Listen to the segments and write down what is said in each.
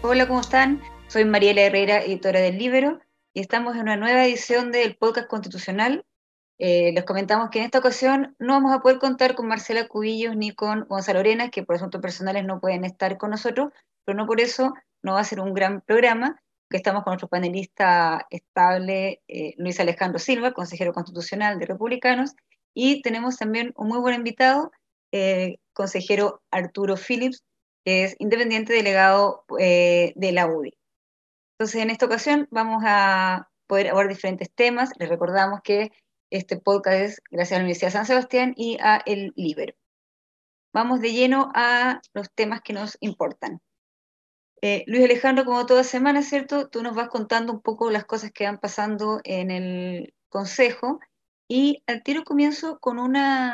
Hola, ¿cómo están? Soy Mariela Herrera, editora del Libero, y estamos en una nueva edición del podcast constitucional. Les comentamos que en esta ocasión no vamos a poder contar con Marcela Cubillos ni con Gonzalo Arenas, que por asuntos personales no pueden estar con nosotros, pero no por eso no va a ser un gran programa, que estamos con nuestro panelista estable, Luis Alejandro Silva, consejero constitucional de Republicanos, y tenemos también un muy buen invitado, consejero Arturo Phillips, que es independiente delegado de la UDI. Entonces, en esta ocasión vamos a poder abordar diferentes temas. Les recordamos que este podcast es gracias a la Universidad de San Sebastián y a El Libero. Vamos de lleno a los temas que nos importan. Luis Alejandro, como toda semana, ¿cierto? Tú nos vas contando un poco las cosas que van pasando en el Consejo, y al tiro comienzo con una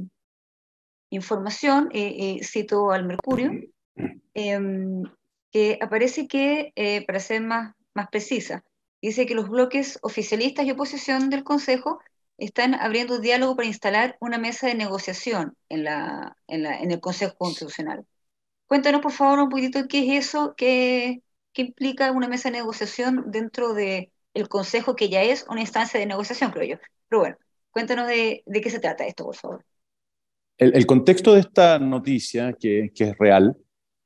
información, cito al Mercurio, em, que aparece que, para ser más precisa, dice que los bloques oficialistas y oposición del Consejo están abriendo diálogo para instalar una mesa de negociación en el Consejo Constitucional. Cuéntanos, por favor, un poquito qué es eso, qué implica una mesa de negociación dentro del Consejo, que ya es una instancia de negociación, creo yo. Pero bueno, cuéntanos de qué se trata esto, por favor. El contexto de esta noticia, que es real,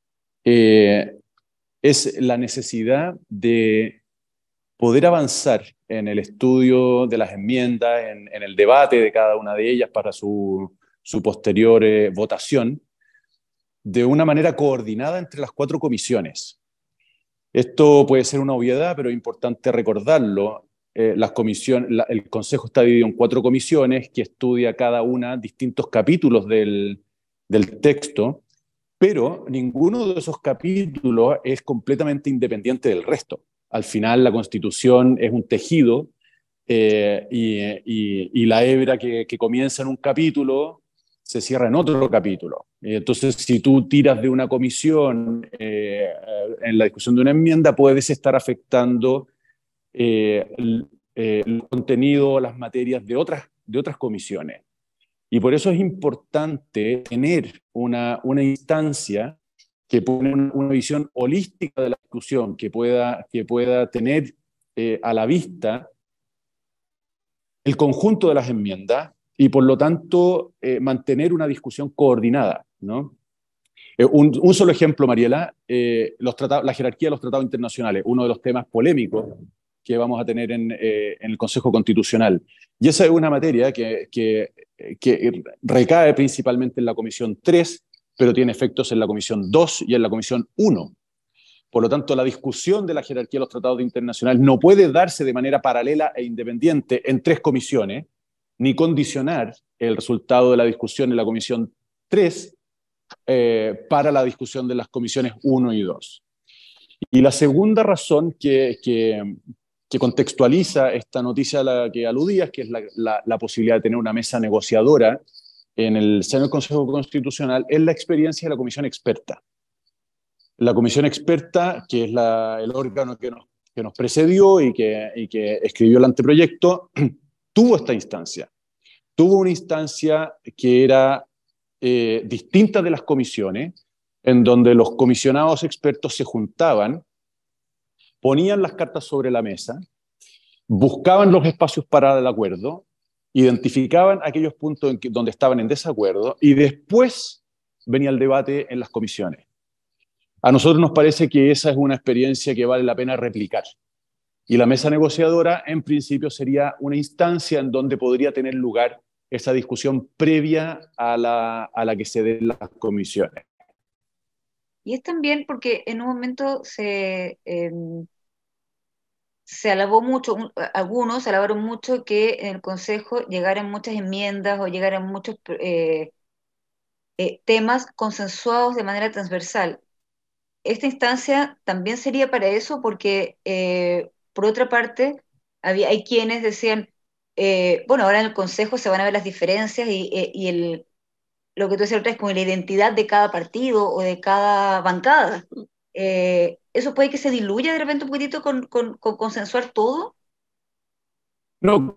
eh, es la necesidad de poder avanzar en el estudio de las enmiendas, en el debate de cada una de ellas para su posterior votación, de una manera coordinada entre las cuatro comisiones. Esto puede ser una obviedad, pero es importante recordarlo. El Consejo está dividido en cuatro comisiones que estudia cada una distintos capítulos del texto, pero ninguno de esos capítulos es completamente independiente del resto. Al final, la Constitución es un tejido, y la hebra que comienza en un capítulo se cierra en otro capítulo. Entonces, si tú tiras de una comisión en la discusión de una enmienda, puedes estar afectando el contenido, las materias de otras comisiones. Y por eso es importante tener una instancia que pone una visión holística de la discusión, que pueda tener a la vista el conjunto de las enmiendas y, por lo tanto, mantener una discusión coordinada, ¿no? Un solo ejemplo, Mariela, la jerarquía de los tratados internacionales, uno de los temas polémicos que vamos a tener en el Consejo Constitucional. Y esa es una materia que recae principalmente en la Comisión 3, pero tiene efectos en la Comisión 2 y en la Comisión 1. Por lo tanto, la discusión de la jerarquía de los tratados internacionales no puede darse de manera paralela e independiente en tres comisiones, ni condicionar el resultado de la discusión en la Comisión 3 para la discusión de las comisiones 1 y 2. Y la segunda razón que contextualiza esta noticia a la que aludías, que es la posibilidad de tener una mesa negociadora en el seno del Consejo Constitucional, es la experiencia de la Comisión Experta. La Comisión Experta, que es el órgano que nos precedió y que escribió el anteproyecto, tuvo esta instancia. Tuvo una instancia que era distinta de las comisiones, en donde los comisionados expertos se juntaban, ponían las cartas sobre la mesa, buscaban los espacios para el acuerdo, identificaban aquellos puntos donde estaban en desacuerdo y después venía el debate en las comisiones. A nosotros nos parece que esa es una experiencia que vale la pena replicar. Y la mesa negociadora, en principio, sería una instancia en donde podría tener lugar esa discusión previa a la que se den las comisiones. Y es también porque en un momento se alabó mucho, algunos alabaron mucho que en el Consejo llegaran muchas enmiendas o llegaran muchos temas consensuados de manera transversal. Esta instancia también sería para eso, porque por otra parte hay quienes decían, bueno, ahora en el Consejo se van a ver las diferencias y lo que tú decías otra vez, como la identidad de cada partido o de cada bancada. ¿Eso puede que se diluya de repente un poquitito con consensuar todo? No,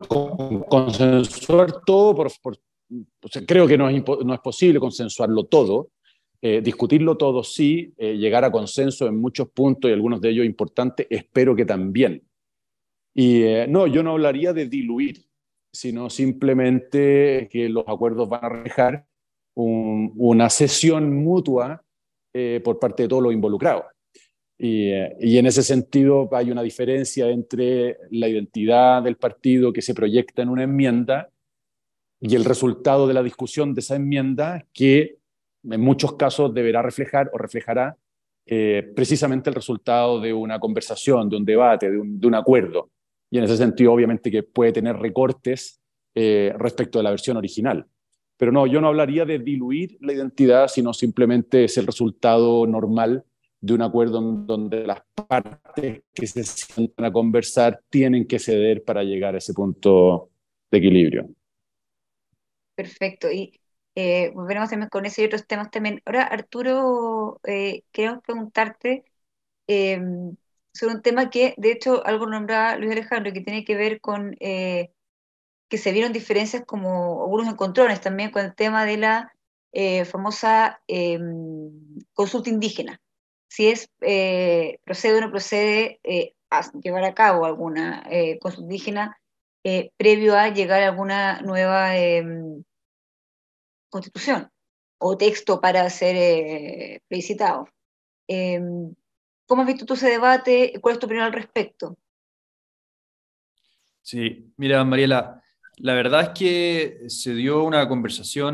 consensuar todo, o sea, creo que no es posible consensuarlo todo, Discutirlo todo sí, llegar a consenso en muchos puntos y algunos de ellos importantes, espero que también. Y no, yo no hablaría de diluir, sino simplemente que los acuerdos van a reflejar una cesión mutua por parte de todos los involucrados. Y en ese sentido hay una diferencia entre la identidad del partido que se proyecta en una enmienda y el resultado de la discusión de esa enmienda que en muchos casos deberá reflejar o reflejará precisamente el resultado de una conversación, de un debate, de un acuerdo. Y en ese sentido, obviamente, que puede tener recortes respecto de la versión original. Pero no, yo no hablaría de diluir la identidad, sino simplemente es el resultado normal de un acuerdo en donde las partes que se sientan a conversar tienen que ceder para llegar a ese punto de equilibrio. Perfecto. Y volveremos también con ese y otros temas también. Ahora, Arturo, queremos preguntarte eh, sobre un tema que, de hecho, algo nombraba Luis Alejandro, que tiene que ver con que se vieron diferencias como algunos encontrones también con el tema de la famosa consulta indígena. Si es procede o no procede a llevar a cabo alguna consulta indígena previo a llegar a alguna nueva constitución o texto para ser plebiscitado. Eh, ¿Cómo has visto tú ese debate? ¿Cuál es tu opinión al respecto? Sí, mira, Mariela, la verdad es que se dio una conversación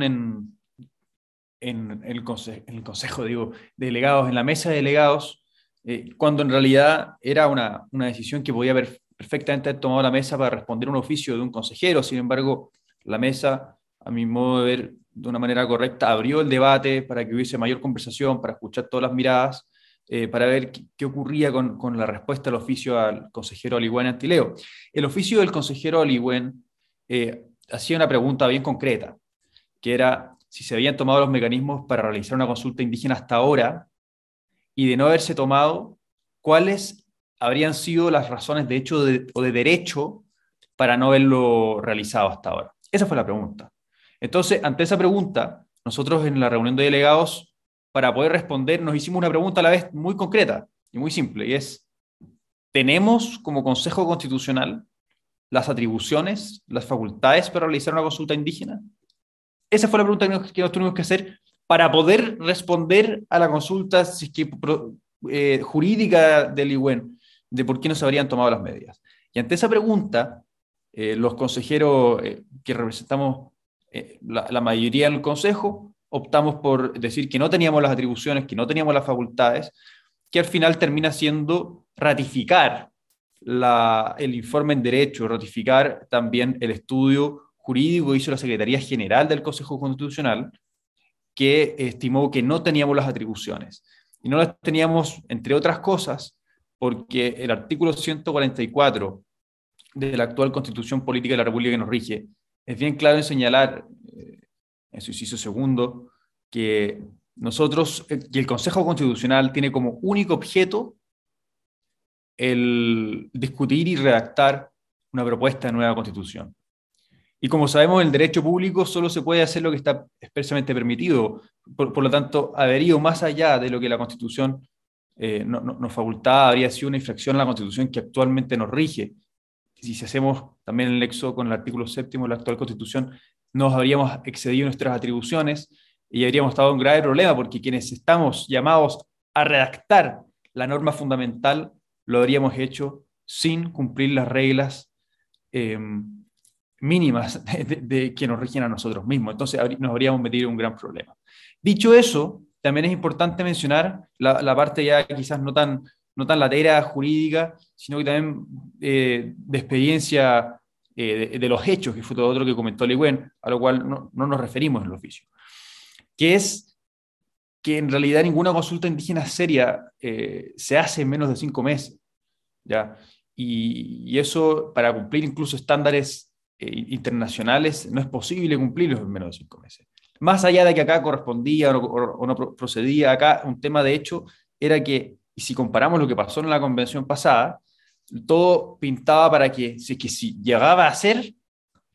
en el consejo, digo, de delegados, en la mesa de delegados, cuando en realidad era una decisión que podía haber perfectamente tomado la mesa para responder un oficio de un consejero. Sin embargo, la mesa, a mi modo de ver, de una manera correcta, abrió el debate para que hubiese mayor conversación, para escuchar todas las miradas, para ver qué ocurría con la respuesta al oficio al consejero Aligüen Antileo. El oficio del consejero Aligüen hacía una pregunta bien concreta, que era si se habían tomado los mecanismos para realizar una consulta indígena hasta ahora, y de no haberse tomado, ¿cuáles habrían sido las razones de hecho o de derecho para no haberlo realizado hasta ahora? Esa fue la pregunta. Entonces, ante esa pregunta, nosotros en la reunión de delegados, para poder responder, nos hicimos una pregunta a la vez muy concreta y muy simple, y es, ¿tenemos como Consejo Constitucional las atribuciones, las facultades para realizar una consulta indígena? Esa fue la pregunta que nos tuvimos que hacer para poder responder a la consulta jurídica del IWEN de por qué no se habrían tomado las medidas. Y ante esa pregunta, los consejeros que representamos la mayoría del Consejo, optamos por decir que no teníamos las atribuciones, que no teníamos las facultades, que al final termina siendo ratificar el informe en derecho, ratificar también el estudio jurídico que hizo la Secretaría General del Consejo Constitucional, que estimó que no teníamos las atribuciones. Y no las teníamos, entre otras cosas, porque el artículo 144 de la actual Constitución Política de la República que nos rige es bien claro en señalar, en su inciso segundo, que que el Consejo Constitucional tiene como único objeto el discutir y redactar una propuesta de nueva Constitución. Y como sabemos, en el derecho público solo se puede hacer lo que está expresamente permitido. Por lo tanto, haber ido más allá de lo que la Constitución nos facultaba, habría sido una infracción a la Constitución que actualmente nos rige. Si hacemos también el nexo con el artículo 7 de la actual Constitución, nos habríamos excedido nuestras atribuciones y habríamos estado en un grave problema, porque quienes estamos llamados a redactar la norma fundamental lo habríamos hecho sin cumplir las reglas mínimas que nos rigen a nosotros mismos. Entonces nos habríamos metido en un gran problema. Dicho eso, también es importante mencionar la parte ya quizás no tan latera jurídica, sino que también de experiencia de los hechos, que fue todo otro que comentó Lewen, a lo cual no nos referimos en el oficio, que es que en realidad ninguna consulta indígena seria se hace en menos de 5 meses, ¿ya? Y eso, para cumplir incluso estándares internacionales, no es posible cumplirlos en menos de 5 meses. Más allá de que acá correspondía o no procedía, acá un tema de hecho era que, y si comparamos lo que pasó en la convención pasada, todo pintaba para que si llegaba a ser,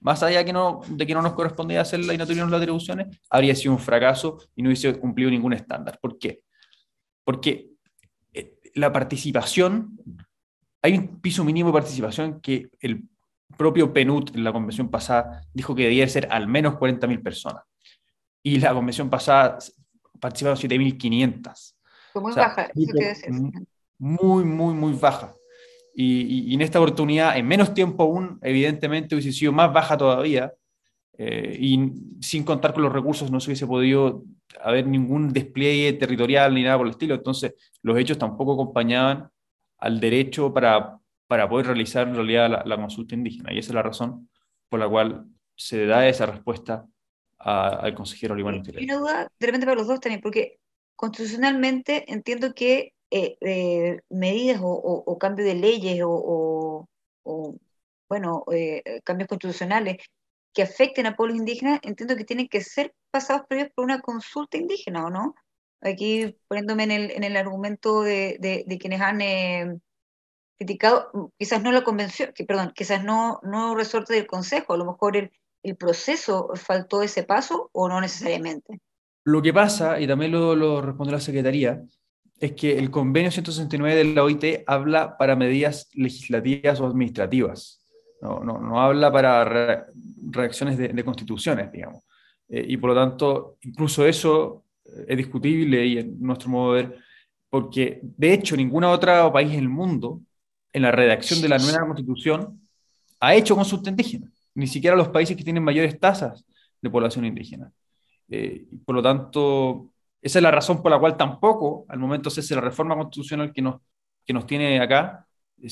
más allá de que no nos correspondía hacer y no teníamos las atribuciones, habría sido un fracaso y no hubiese cumplido ningún estándar. ¿Por qué? Porque la participación, hay un piso mínimo de participación que el propio PNUD en la convención pasada dijo que debía ser al menos 40.000 personas. Y la convención pasada participaron 7.500. Fue O muy sea, baja, eso quiere decir. muy, muy, muy baja. Y en esta oportunidad, en menos tiempo aún, evidentemente hubiese sido más baja todavía, y sin contar con los recursos no se hubiese podido haber ningún despliegue territorial ni nada por el estilo. Entonces, los hechos tampoco acompañaban al derecho para poder realizar en realidad la consulta indígena. Y esa es la razón por la cual se da esa respuesta al consejero Limón Y Teresa. una duda de repente para los dos también, porque constitucionalmente entiendo que medidas o cambio de leyes o, bueno, cambios constitucionales que afecten a pueblos indígenas, entiendo que tienen que ser pasados previos por una consulta indígena, ¿o no? Aquí poniéndome en el argumento de quienes han criticado, quizás no la convención, perdón, quizás no resorte del Consejo, a lo mejor el proceso faltó ese paso o no necesariamente. Lo que pasa, y también lo respondió la Secretaría, es que el convenio 169 de la OIT habla para medidas legislativas o administrativas. No habla para reacciones de constituciones, digamos. Y por lo tanto, incluso eso es discutible y en nuestro modo de ver, porque de hecho ningún otro país en el mundo, en la redacción de la nueva constitución, ha hecho consulta indígena. Ni siquiera los países que tienen mayores tasas de población indígena. Por lo tanto, esa es la razón por la cual tampoco, al momento de hacerse la reforma constitucional que nos tiene acá,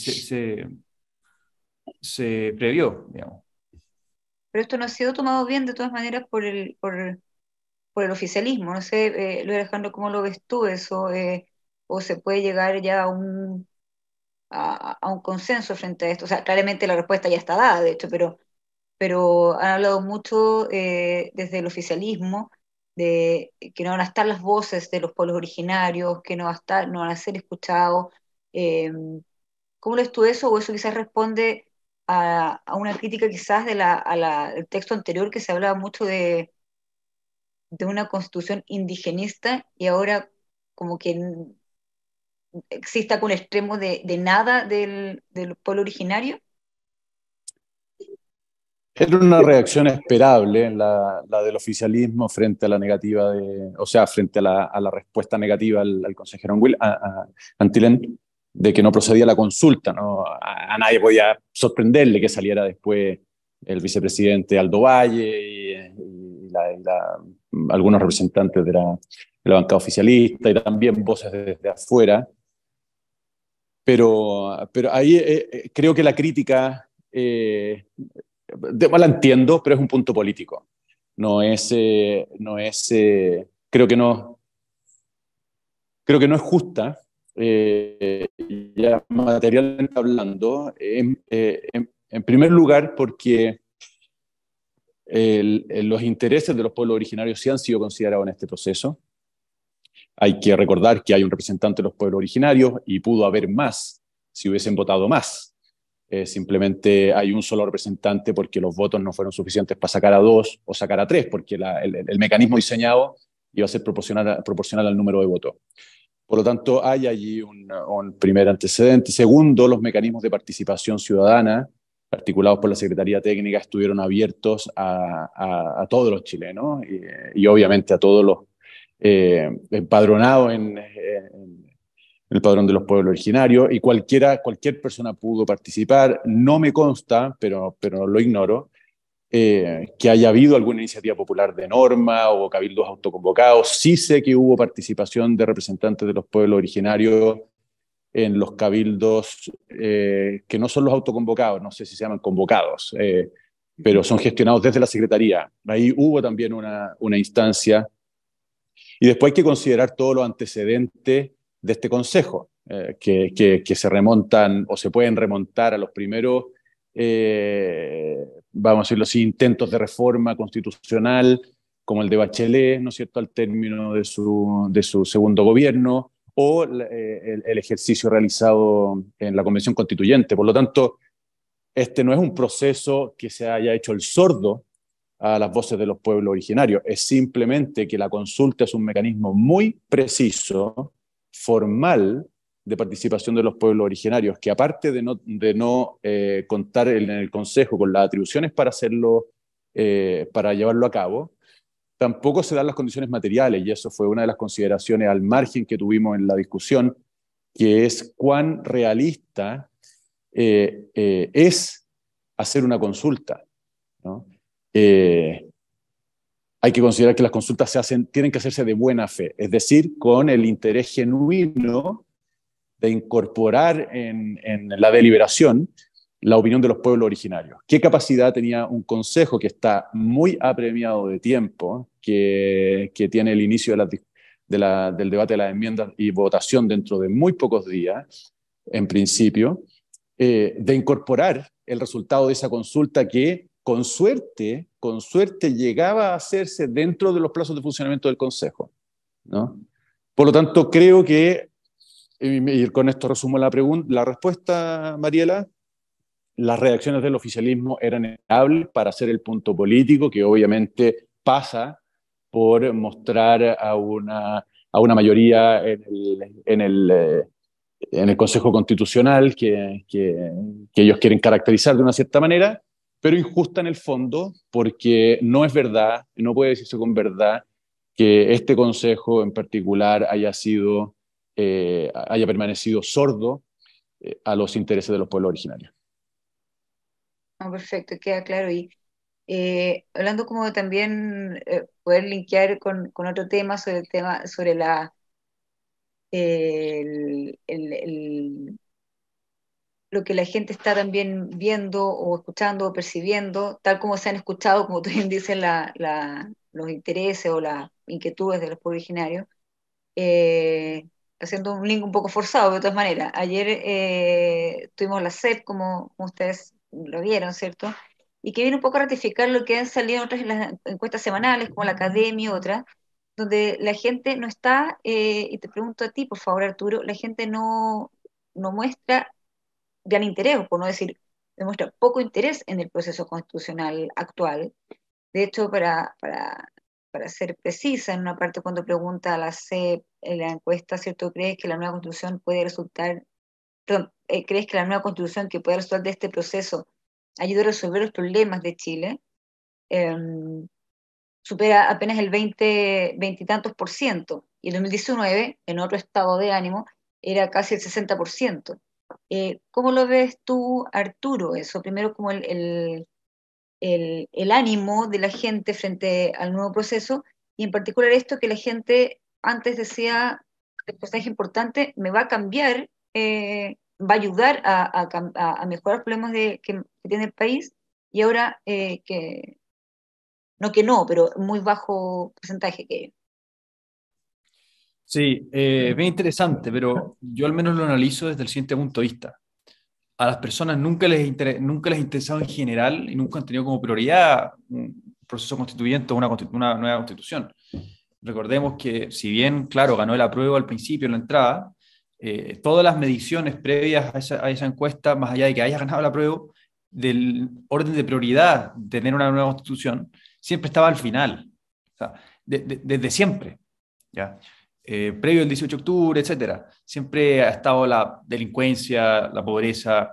se previó, digamos. Pero esto no ha sido tomado bien de todas maneras por el oficialismo. No sé, Luis Alejandro, ¿cómo lo ves tú eso? ¿O se puede llegar ya a un consenso frente a esto? O sea, claramente la respuesta ya está dada, de hecho, pero han hablado mucho desde el oficialismo de que no van a estar las voces de los pueblos originarios, que no van a ser escuchados. Eh, ¿Cómo lees tú eso? ¿O eso quizás responde a una crítica quizás del texto anterior que se hablaba mucho de una constitución indigenista y ahora como que exista un extremo de nada del pueblo originario? Era una reacción esperable la del oficialismo frente a la negativa o sea, frente a la respuesta negativa al consejero Antilén de que no procedía la consulta, ¿no? A nadie podía sorprenderle que saliera después el vicepresidente Aldo Valle algunos representantes de la bancada oficialista y también voces desde afuera. Pero ahí creo que la crítica la entiendo, pero es un punto político. Creo que no es justa, ya materialmente hablando, en primer lugar porque los intereses de los pueblos originarios sí han sido considerados en este proceso. Hay que recordar que hay un representante de los pueblos originarios y pudo haber más si hubiesen votado más. Simplemente hay un solo representante porque los votos no fueron suficientes para sacar a dos o sacar a tres, porque el mecanismo diseñado iba a ser proporcional al número de votos. Por lo tanto, hay allí un primer antecedente. Segundo, los mecanismos de participación ciudadana articulados por la Secretaría Técnica estuvieron abiertos a todos los chilenos y obviamente a todos los empadronados en el padrón de los pueblos originarios, y cualquier persona pudo participar. No me consta, pero lo ignoro, que haya habido alguna iniciativa popular de norma o cabildos autoconvocados. Sí sé que hubo participación de representantes de los pueblos originarios en los cabildos que no son los autoconvocados, no sé si se llaman convocados, pero son gestionados desde la Secretaría. Ahí hubo también una instancia. Y después hay que considerar todos los antecedentes de este Consejo, que se remontan o se pueden remontar a los primeros, vamos a decirlo así, intentos de reforma constitucional, como el de Bachelet, ¿no es cierto?, al término de su segundo gobierno, o el ejercicio realizado en la Convención Constituyente. Por lo tanto, este no es un proceso que se haya hecho el sordo a las voces de los pueblos originarios, es simplemente que la consulta es un mecanismo muy preciso, formal, de participación de los pueblos originarios, que aparte de no contar en el Consejo con las atribuciones para hacerlo, para llevarlo a cabo, tampoco se dan las condiciones materiales, y eso fue una de las consideraciones al margen que tuvimos en la discusión, que es cuán realista es hacer una consulta, ¿no? Hay que considerar que las consultas tienen que hacerse de buena fe, es decir, con el interés genuino de incorporar en la deliberación la opinión de los pueblos originarios. ¿Qué capacidad tenía un consejo que está muy apremiado de tiempo, que tiene el inicio del debate de las enmiendas y votación dentro de muy pocos días, en principio, de incorporar el resultado de esa consulta que con suerte llegaba a hacerse dentro de los plazos de funcionamiento del Consejo, ¿no? Por lo tanto, creo que, y con esto resumo la respuesta, Mariela, las reacciones del oficialismo eran inevitables para hacer el punto político, que obviamente pasa por mostrar a una mayoría en el Consejo Constitucional que ellos quieren caracterizar de una cierta manera, pero injusta en el fondo, porque no es verdad, no puede decirse con verdad que este Consejo en particular haya permanecido sordo a los intereses de los pueblos originarios. No, perfecto, queda claro. Y hablando como de también poder linkear con otro tema sobre lo que la gente está también viendo o escuchando o percibiendo, tal como se han escuchado, como tú bien dices, los intereses o las inquietudes de los pueblos originarios, haciendo un link un poco forzado de todas maneras. Ayer tuvimos la SEP, como ustedes lo vieron, ¿cierto? Y que viene un poco a ratificar lo que han salido otras en las encuestas semanales, como la Academia y otras, donde la gente no está, y te pregunto a ti, por favor, Arturo, la gente no muestra gran interés, por no decir, demuestra poco interés en el proceso constitucional actual. De hecho, para ser precisa, en una parte cuando pregunta a la CEP en la encuesta, ¿cierto? ¿Crees que la nueva constitución puede resultar, perdón, crees que la nueva constitución que puede resultar de este proceso ayuda a resolver los problemas de Chile? Supera apenas el 20 y tantos por ciento, y en 2019, en otro estado de ánimo, era casi el 60%. ¿Cómo lo ves tú, Arturo, eso? Primero, como el ánimo de la gente frente al nuevo proceso, y en particular esto que la gente antes decía, el porcentaje importante, me va a cambiar, va a ayudar a mejorar los problemas que tiene el país, y ahora que no, pero muy bajo porcentaje que... Sí, bien interesante, pero yo al menos lo analizo desde el siguiente punto de vista. A las personas nunca les interesaba en general y nunca han tenido como prioridad un proceso constituyente o una nueva constitución. Recordemos que si bien, claro, ganó el apruebo al principio, en la entrada, todas las mediciones previas a esa encuesta, más allá de que haya ganado el apruebo, del orden de prioridad de tener una nueva constitución, siempre estaba al final, o sea, desde siempre, ¿ya? Previo al 18 de octubre, etcétera. Siempre ha estado la delincuencia, la pobreza,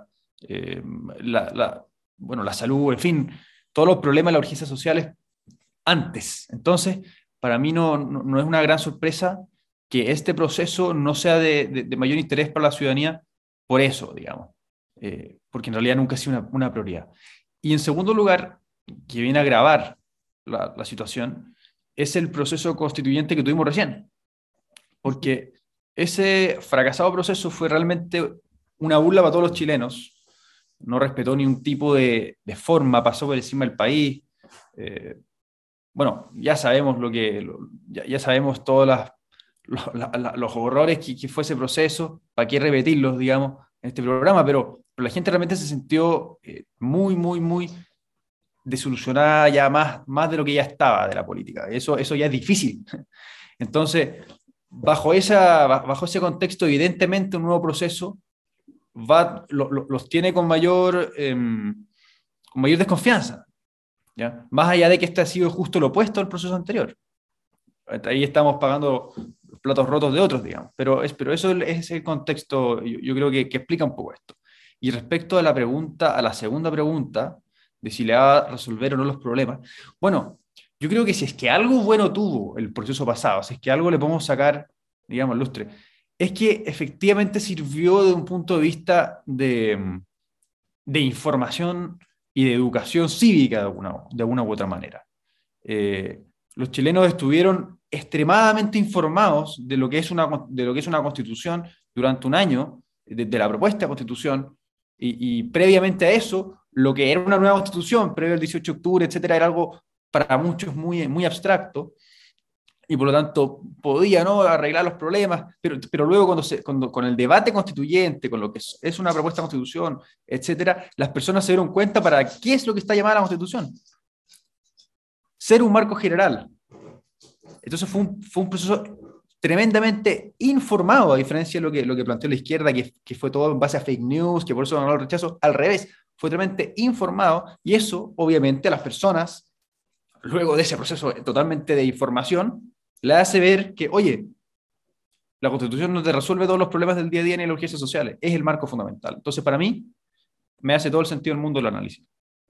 bueno, la salud, en fin, todos los problemas, las urgencias sociales antes. Entonces, para mí no es una gran sorpresa que este proceso no sea de mayor interés para la ciudadanía por eso, digamos, porque en realidad nunca ha sido una prioridad. Y en segundo lugar, que viene a agravar la situación, es el proceso constituyente que tuvimos recién, porque ese fracasado proceso fue realmente una burla para todos los chilenos, no respetó ni un tipo de forma, pasó por encima del país. Bueno, ya sabemos ya sabemos todos los horrores que fue ese proceso, para qué repetirlos, digamos, en este programa, pero la gente realmente se sintió muy, muy, muy desilusionada ya más de lo que ya estaba de la política. Eso ya es difícil. Entonces, bajo ese contexto, evidentemente un nuevo proceso los tiene con mayor desconfianza, ¿ya? Más allá de que este ha sido justo lo opuesto al proceso anterior. Ahí estamos pagando los platos rotos de otros, digamos. Pero eso es el contexto, yo creo que explica un poco esto. Y respecto a la segunda pregunta, de si le va a resolver o no los problemas, bueno, yo creo que si es que algo bueno tuvo el proceso pasado, si es que algo le podemos sacar, digamos, lustre, es que efectivamente sirvió de un punto de vista de información y de educación cívica de alguna u otra manera. Los chilenos estuvieron extremadamente informados de lo que es una constitución durante un año, de la propuesta de constitución, y previamente a eso, lo que era una nueva constitución, previo al 18 de octubre, etcétera, era algo para muchos muy, muy abstracto, y por lo tanto podía, ¿no?, arreglar los problemas, pero luego con el debate constituyente, con lo que es una propuesta de constitución, etcétera, las personas se dieron cuenta para qué es lo que está llamada la constitución. Ser un marco general. Entonces fue un proceso tremendamente informado, a diferencia de lo que planteó la izquierda, que fue todo en base a fake news, que por eso ganó el rechazo. Al revés, fue tremendamente informado, y eso, obviamente, a las personas, luego de ese proceso totalmente de información, le hace ver que, oye, la Constitución no te resuelve todos los problemas del día a día ni las urgencias sociales, es el marco fundamental. Entonces, para mí, me hace todo el sentido del mundo el análisis.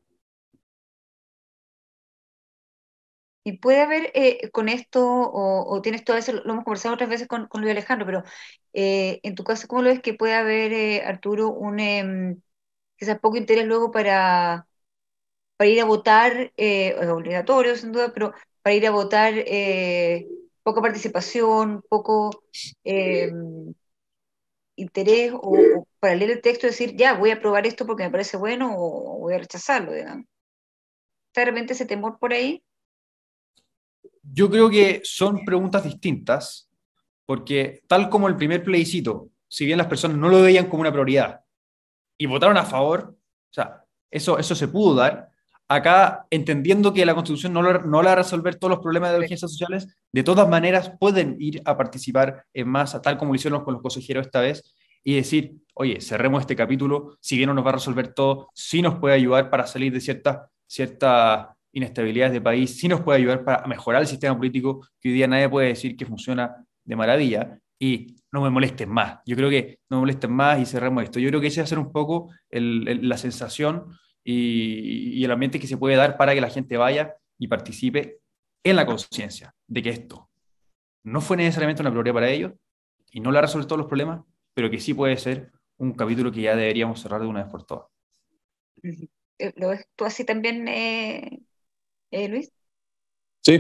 Y puede haber con esto, o tienes todo eso, lo hemos conversado otras veces con Luis Alejandro, pero en tu caso, ¿cómo lo ves que puede haber, Arturo, quizás poco interés luego para ir a votar, es obligatorio sin duda, pero para ir a votar, poca participación, poco eh, interés, o para leer el texto y decir, ya, voy a aprobar esto porque me parece bueno, o voy a rechazarlo, digamos? ¿Está de repente ese temor por ahí? Yo creo que son preguntas distintas, porque tal como el primer plebiscito, si bien las personas no lo veían como una prioridad y votaron a favor, o sea, eso se pudo dar. Acá, entendiendo que la Constitución no le va a resolver todos los problemas de urgencias sociales, de todas maneras pueden ir a participar en masa, tal como lo hicieron con los consejeros esta vez, y decir, oye, cerremos este capítulo, si bien no nos va a resolver todo, sí nos puede ayudar para salir de ciertas inestabilidades de país, sí nos puede ayudar para mejorar el sistema político, que hoy día nadie puede decir que funciona de maravilla, y no me molesten más. Yo creo que no me molesten más y cerremos esto. Yo creo que ese va a ser un poco la sensación y el ambiente que se puede dar para que la gente vaya y participe en la conciencia de que esto no fue necesariamente una prioridad para ellos y no le ha resuelto todos los problemas, pero que sí puede ser un capítulo que ya deberíamos cerrar de una vez por todas. ¿Lo ves tú así también, Luis? Sí,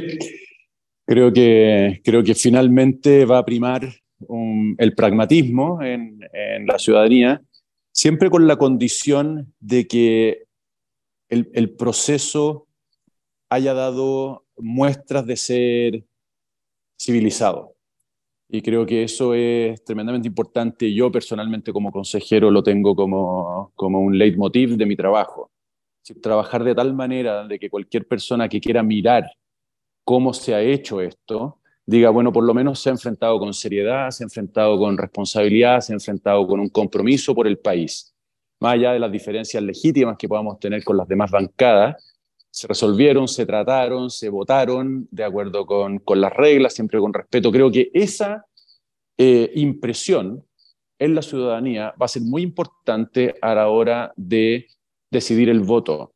creo que finalmente va a primar el pragmatismo en la ciudadanía, siempre con la condición de que el proceso haya dado muestras de ser civilizado. Y creo que eso es tremendamente importante. Yo personalmente como consejero lo tengo como un leitmotiv de mi trabajo. Trabajar de tal manera de que cualquier persona que quiera mirar cómo se ha hecho esto, diga, bueno, por lo menos se ha enfrentado con seriedad, se ha enfrentado con responsabilidad, se ha enfrentado con un compromiso por el país. Más allá de las diferencias legítimas que podamos tener con las demás bancadas, se resolvieron, se trataron, se votaron de acuerdo con las reglas, siempre con respeto. Creo que esa impresión en la ciudadanía va a ser muy importante a la hora de decidir el voto,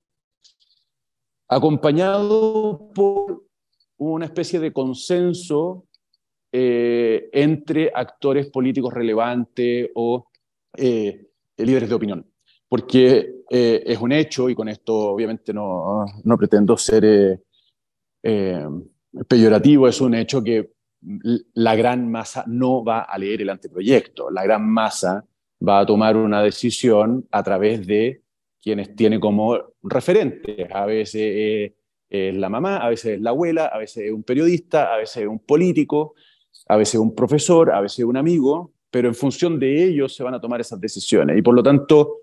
acompañado por una especie de consenso entre actores políticos relevantes o líderes de opinión. Porque es un hecho, y con esto obviamente no pretendo ser peyorativo, es un hecho que la gran masa no va a leer el anteproyecto. La gran masa va a tomar una decisión a través de quienes tiene como referentes. A veces es la mamá, a veces es la abuela, a veces es un periodista, a veces es un político, a veces es un profesor, a veces es un amigo, pero en función de ellos se van a tomar esas decisiones. Y por lo tanto,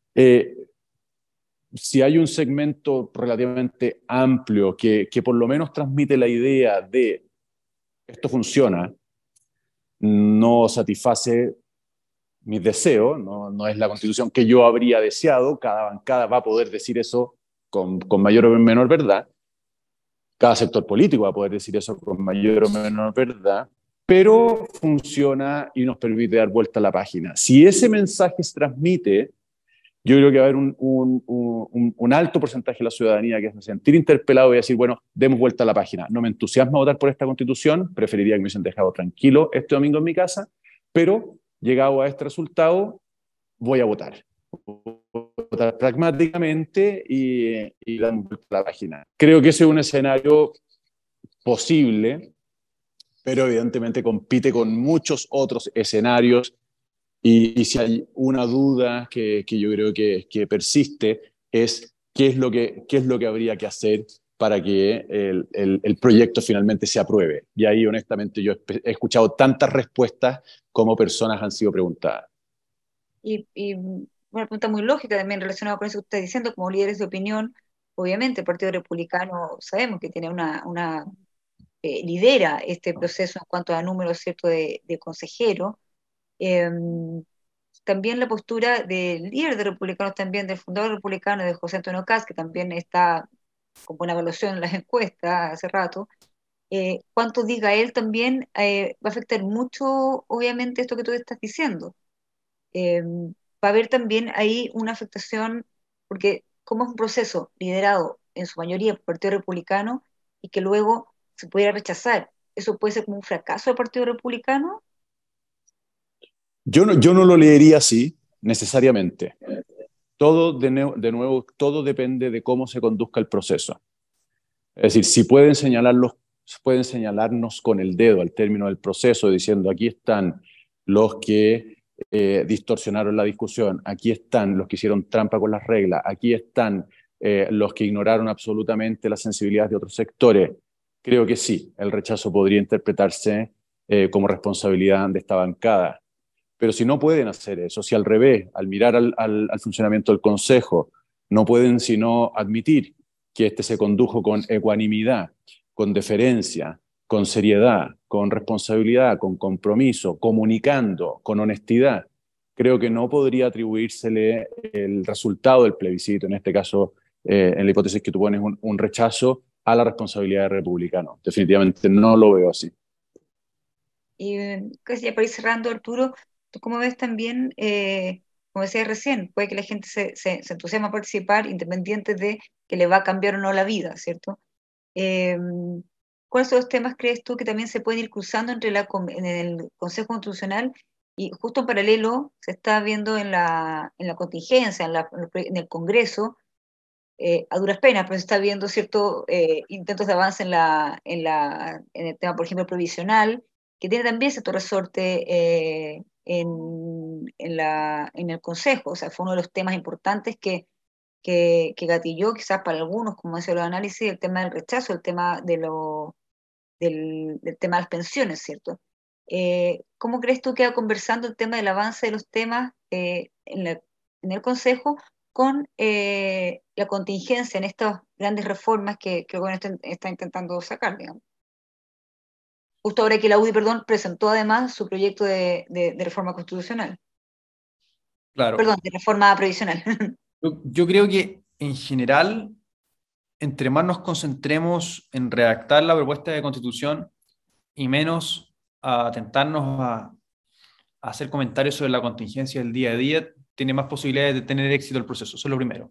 si hay un segmento relativamente amplio que por lo menos transmite la idea de esto funciona, no satisface mis deseos, no es la constitución que yo habría deseado, cada bancada va a poder decir eso con mayor o menor verdad, cada sector político va a poder decir eso con mayor o menor verdad, pero funciona y nos permite dar vuelta a la página. Si ese mensaje se transmite, yo creo que va a haber un alto porcentaje de la ciudadanía que se va a sentir interpelado y va a decir, bueno, demos vuelta a la página. No me entusiasma votar por esta constitución, preferiría que me hubiesen dejado tranquilo este domingo en mi casa, pero llegado a este resultado, voy a votar. Votar pragmáticamente y damos vuelta a la página. Creo que ese es un escenario posible, pero evidentemente compite con muchos otros escenarios. Y si hay una duda que yo creo que persiste, es qué es lo que habría que hacer para que el proyecto finalmente se apruebe. Y ahí, honestamente, yo he escuchado tantas respuestas como personas han sido preguntadas. Y una pregunta muy lógica también relacionada con eso que usted está diciendo, como líderes de opinión, obviamente el Partido Republicano sabemos que tiene lidera este proceso en cuanto a números, ¿cierto?, de consejeros. Eh, También la postura del líder de republicanos, también del fundador republicano, de José Antonio Kast, que también está con buena evaluación en las encuestas hace rato, cuánto diga él también va a afectar mucho, obviamente, esto que tú estás diciendo. Va a haber también ahí una afectación, porque como es un proceso liderado en su mayoría por el Partido Republicano y que luego se pudiera rechazar, ¿eso puede ser como un fracaso del Partido Republicano? Yo no lo leería así, necesariamente. Todo, de nuevo, todo depende de cómo se conduzca el proceso. Es decir, si pueden señalarnos con el dedo al término del proceso, diciendo aquí están los que distorsionaron la discusión, aquí están los que hicieron trampa con las reglas, aquí están los que ignoraron absolutamente las sensibilidades de otros sectores. Creo que sí, el rechazo podría interpretarse como responsabilidad de esta bancada. Pero si no pueden hacer eso, si al revés, al mirar al funcionamiento del Consejo, no pueden sino admitir que este se condujo con ecuanimidad, con deferencia, con seriedad, con responsabilidad, con compromiso, comunicando, con honestidad, creo que no podría atribuírsele el resultado del plebiscito, en este caso, en la hipótesis que tú pones, un rechazo a la responsabilidad de republicano. Definitivamente no lo veo así. Y casi ya para ir cerrando, Arturo, ¿tú cómo ves también, como decías recién, puede que la gente se entusiasme a participar independiente de que le va a cambiar o no la vida, ¿cierto? Eh, ¿Cuáles son los temas crees tú que también se pueden ir cruzando en el Consejo Constitucional? Y justo en paralelo se está viendo en la contingencia, en el Congreso, a duras penas, pero se está viendo ciertos intentos de avance en el tema, por ejemplo, provisional, que tiene también cierto resorte en el Consejo. O sea, fue uno de los temas importantes que gatilló, quizás para algunos, como decía los análisis, el tema del rechazo, el tema del tema de las pensiones, ¿cierto? ¿Cómo crees tú que va conversando el tema del avance de los temas en el Consejo con la contingencia en estas grandes reformas que el gobierno está intentando sacar, digamos? Justo ahora que la UDI, perdón, presentó además su proyecto de reforma constitucional. Claro. Perdón, de reforma previsional. Yo creo que en general, entre más nos concentremos en redactar la propuesta de constitución y menos a atentarnos a hacer comentarios sobre la contingencia del día a día, tiene más posibilidades de tener éxito el proceso. Eso es lo primero.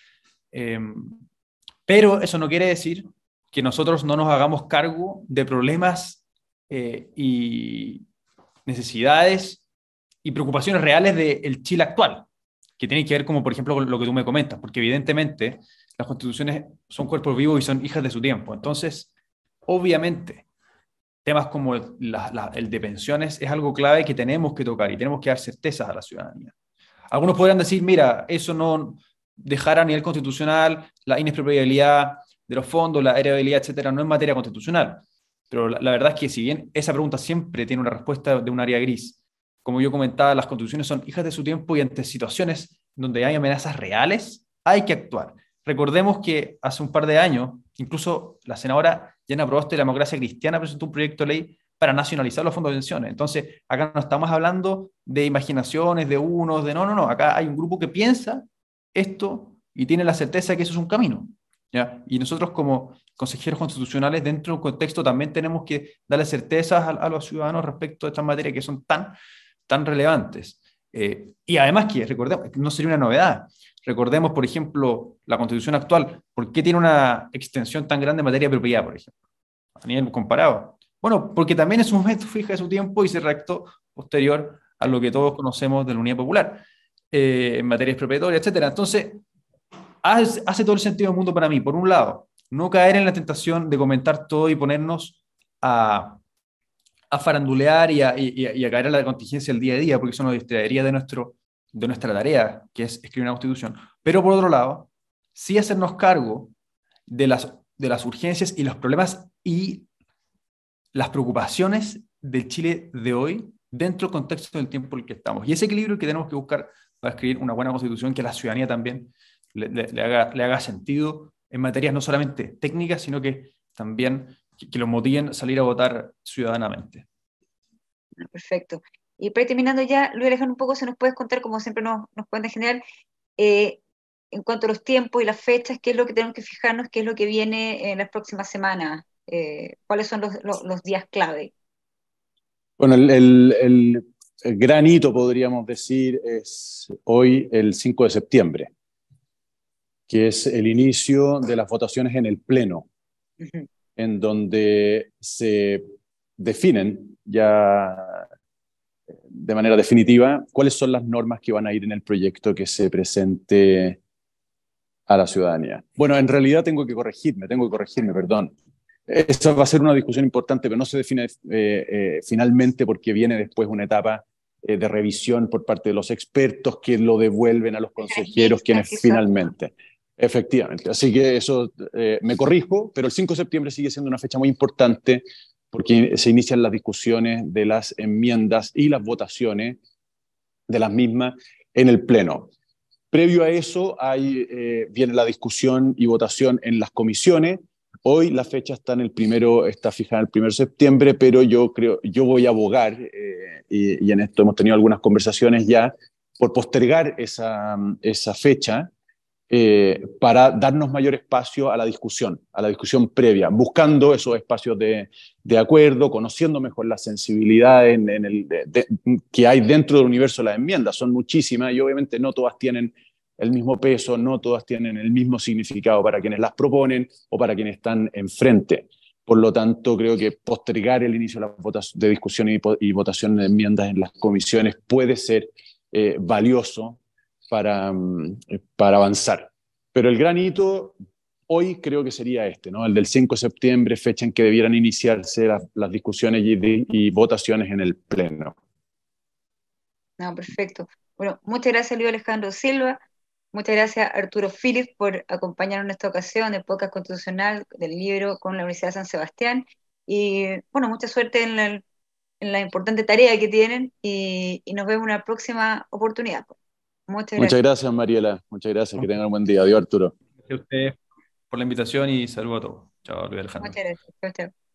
Pero eso no quiere decir que nosotros no nos hagamos cargo de problemas y necesidades y preocupaciones reales del Chile actual, que tienen que ver como, por ejemplo, con lo que tú me comentas, porque evidentemente las constituciones son cuerpos vivos y son hijas de su tiempo. Entonces, obviamente, temas como el de pensiones es algo clave que tenemos que tocar y tenemos que dar certezas a la ciudadanía. Algunos podrán decir, mira, eso no dejar a nivel constitucional la inexpropiabilidad de los fondos, la heredabilidad, etcétera, no es materia constitucional. Pero la verdad es que si bien esa pregunta siempre tiene una respuesta de un área gris, como yo comentaba, las constituciones son hijas de su tiempo y ante situaciones donde hay amenazas reales, hay que actuar. Recordemos que hace un par de años, incluso la senadora Yana Proboste de la Democracia Cristiana presentó un proyecto de ley para nacionalizar los fondos de pensiones. Entonces, acá no estamos hablando de imaginaciones, de unos, de no. Acá hay un grupo que piensa esto y tiene la certeza de que eso es un camino, ¿ya? Y nosotros como consejeros constitucionales, dentro de un contexto, también tenemos que darle certezas a los ciudadanos respecto a estas materias que son tan relevantes. Y además que, recordemos, no sería una novedad. Recordemos, por ejemplo, la Constitución actual. ¿Por qué tiene una extensión tan grande en materia de propiedad, por ejemplo, a nivel comparado? Bueno, porque también en su momento fija su tiempo y se redactó posterior a lo que todos conocemos de la Unidad Popular, en materia expropiatoria, etcétera. Entonces, hace todo el sentido del mundo para mí. Por un lado, no caer en la tentación de comentar todo y ponernos a farandulear y a caer en la contingencia del día a día, porque eso nos distraería de nuestra tarea, que es escribir una constitución. Pero por otro lado, sí hacernos cargo de las urgencias y los problemas y las preocupaciones del Chile de hoy dentro del contexto del tiempo en el que estamos. Y ese equilibrio que tenemos que buscar para escribir una buena constitución que a la ciudadanía también le haga sentido en materias no solamente técnicas, sino que también que los motiven a salir a votar ciudadanamente. Perfecto. Y para ir terminando ya, Luis Alejandro, un poco se nos puedes contar, como siempre nos cuenta en general, en cuanto a los tiempos y las fechas, qué es lo que tenemos que fijarnos, qué es lo que viene en las próximas semanas, cuáles son los días clave. Bueno, el gran hito, podríamos decir, es hoy el 5 de septiembre, que es el inicio de las votaciones en el Pleno, en donde se definen ya de manera definitiva cuáles son las normas que van a ir en el proyecto que se presente a la ciudadanía. Bueno, en realidad tengo que corregirme, perdón. Esa va a ser una discusión importante, pero no se define finalmente porque viene después una etapa de revisión por parte de los expertos que lo devuelven a los consejeros, quienes finalmente... Efectivamente, así que eso me corrijo, pero el 5 de septiembre sigue siendo una fecha muy importante porque se inician las discusiones de las enmiendas y las votaciones de las mismas en el Pleno. Previo a eso viene la discusión y votación en las comisiones. Hoy la fecha está fijada en el 1 de septiembre, pero yo voy a abogar, y en esto hemos tenido algunas conversaciones ya, por postergar esa fecha, para darnos mayor espacio a la discusión previa, buscando esos espacios de acuerdo, conociendo mejor las sensibilidades que hay dentro del universo de las enmiendas. Son muchísimas y obviamente no todas tienen el mismo peso, no todas tienen el mismo significado para quienes las proponen o para quienes están enfrente. Por lo tanto, creo que postergar el inicio de discusión y votación de enmiendas en las comisiones puede ser valioso para avanzar. Pero el gran hito hoy creo que sería ¿no? El del 5 de septiembre, fecha en que debieran iniciarse las discusiones y votaciones en el Pleno. No, perfecto. Bueno, muchas gracias, Luis Alejandro Silva. Muchas gracias, Arturo Phillips, por acompañarnos en esta ocasión del podcast constitucional del libro con la Universidad de San Sebastián. Y bueno, mucha suerte en la importante tarea que tienen y nos vemos en una próxima oportunidad. Muchas gracias, Mariela. Muchas gracias. Que tengan un buen día. Adiós, Arturo. Gracias a ustedes por la invitación y saludos a todos. Chao, Luis Alejandro. Muchas gracias. Chao, chao.